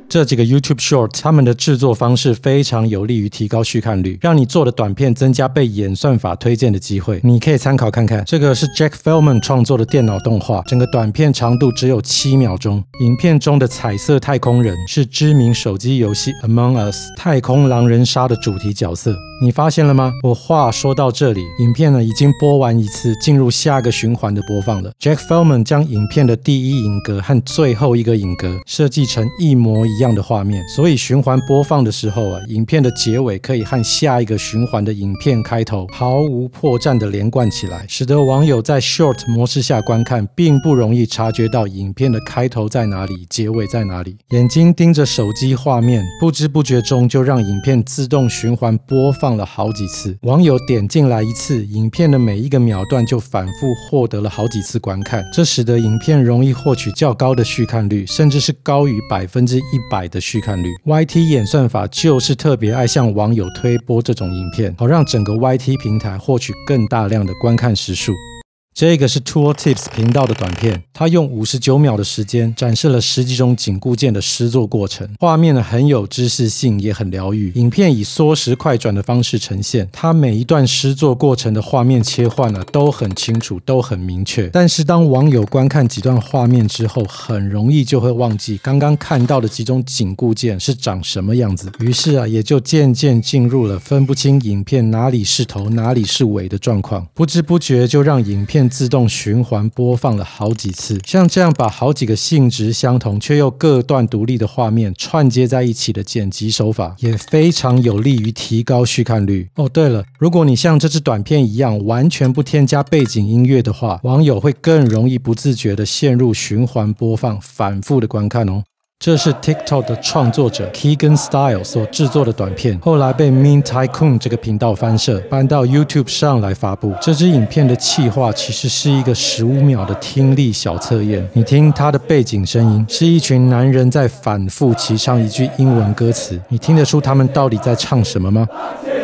这几个 YouTube Short 他们的制作方式非常有利于提高续看率，让你做的短片增加被演算法推荐的机会。你可以参考看看。这个是 Jack Feldman 创作的电脑动画，整个短片长度只有7秒钟。影片中的彩色太空人是知名手机游戏 Among Us 太空狼人杀的主题角色。你发现了吗？我话说到这里，影片呢已经播完一次，进入下个循环的播放了。Jack Feldman 将影片的第一影格和最后一个影格设计成一模一样的画面，所以循环播放的时候影片的结尾可以和下一个循环的影片开头毫无破绽的连贯起来，使得网友在 Short 模式下观看并不容易察觉到影片的开头在哪里，结尾在哪里。眼睛盯着手机画面，不知不觉中就让影片自动循环播放了好几次。网友点进来一次，影片的每一个秒段就反复获得了好几次观看，这使得影片容易获取较高的续看率，甚至是高于100%的续看率。YT 演算法就是特别爱向网友推播这种影片，好让整个 YT 平台获取更大量的观看时数。这个是 Tool Tips 频道的短片，它用59秒的时间展示了10几种紧固件的施作过程，画面呢很有知识性，也很疗愈。影片以缩时快转的方式呈现，它每一段施作过程的画面切换呢都很清楚，都很明确。但是当网友观看几段画面之后，很容易就会忘记刚刚看到的几种紧固件是长什么样子，于是也就渐渐进入了分不清影片哪里是头哪里是尾的状况，不知不觉就让影片自动循环播放了好几次。像这样把好几个性质相同却又各段独立的画面串接在一起的剪辑手法，也非常有利于提高续看率。哦，对了，如果你像这支短片一样完全不添加背景音乐的话，网友会更容易不自觉地陷入循环播放，反复的观看哦。这是 TikTok 的创作者 Keegan Style 所制作的短片，后来被 Meme Tycoon 这个频道翻摄，搬到 YouTube 上来发布。这支影片的企划其实是一个15秒的听力小测验，你听它的背景声音，是一群男人在反复齐唱一句英文歌词，你听得出他们到底在唱什么吗？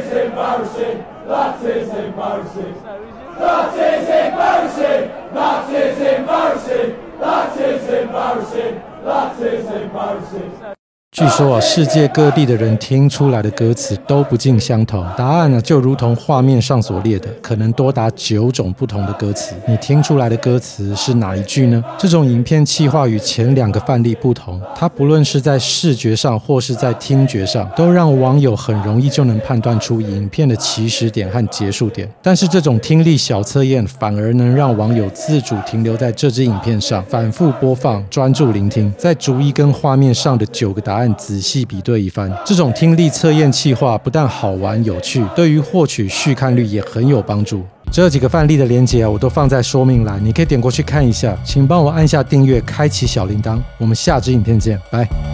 据说世界各地的人听出来的歌词都不尽相同，答案就如同画面上所列的，可能多达9种不同的歌词。你听出来的歌词是哪一句呢？这种影片企划与前2个范例不同，它不论是在视觉上或是在听觉上，都让网友很容易就能判断出影片的起始点和结束点。但是这种听力小测验反而能让网友自主停留在这支影片上，反复播放，专注聆听，再逐一跟画面上的9个答案仔细比对一番。这种听力测验企划不但好玩有趣，对于获取续看率也很有帮助。这几个范例的连结我都放在说明栏，你可以点过去看一下。请帮我按下订阅，开启小铃铛。我们下支影片见，拜。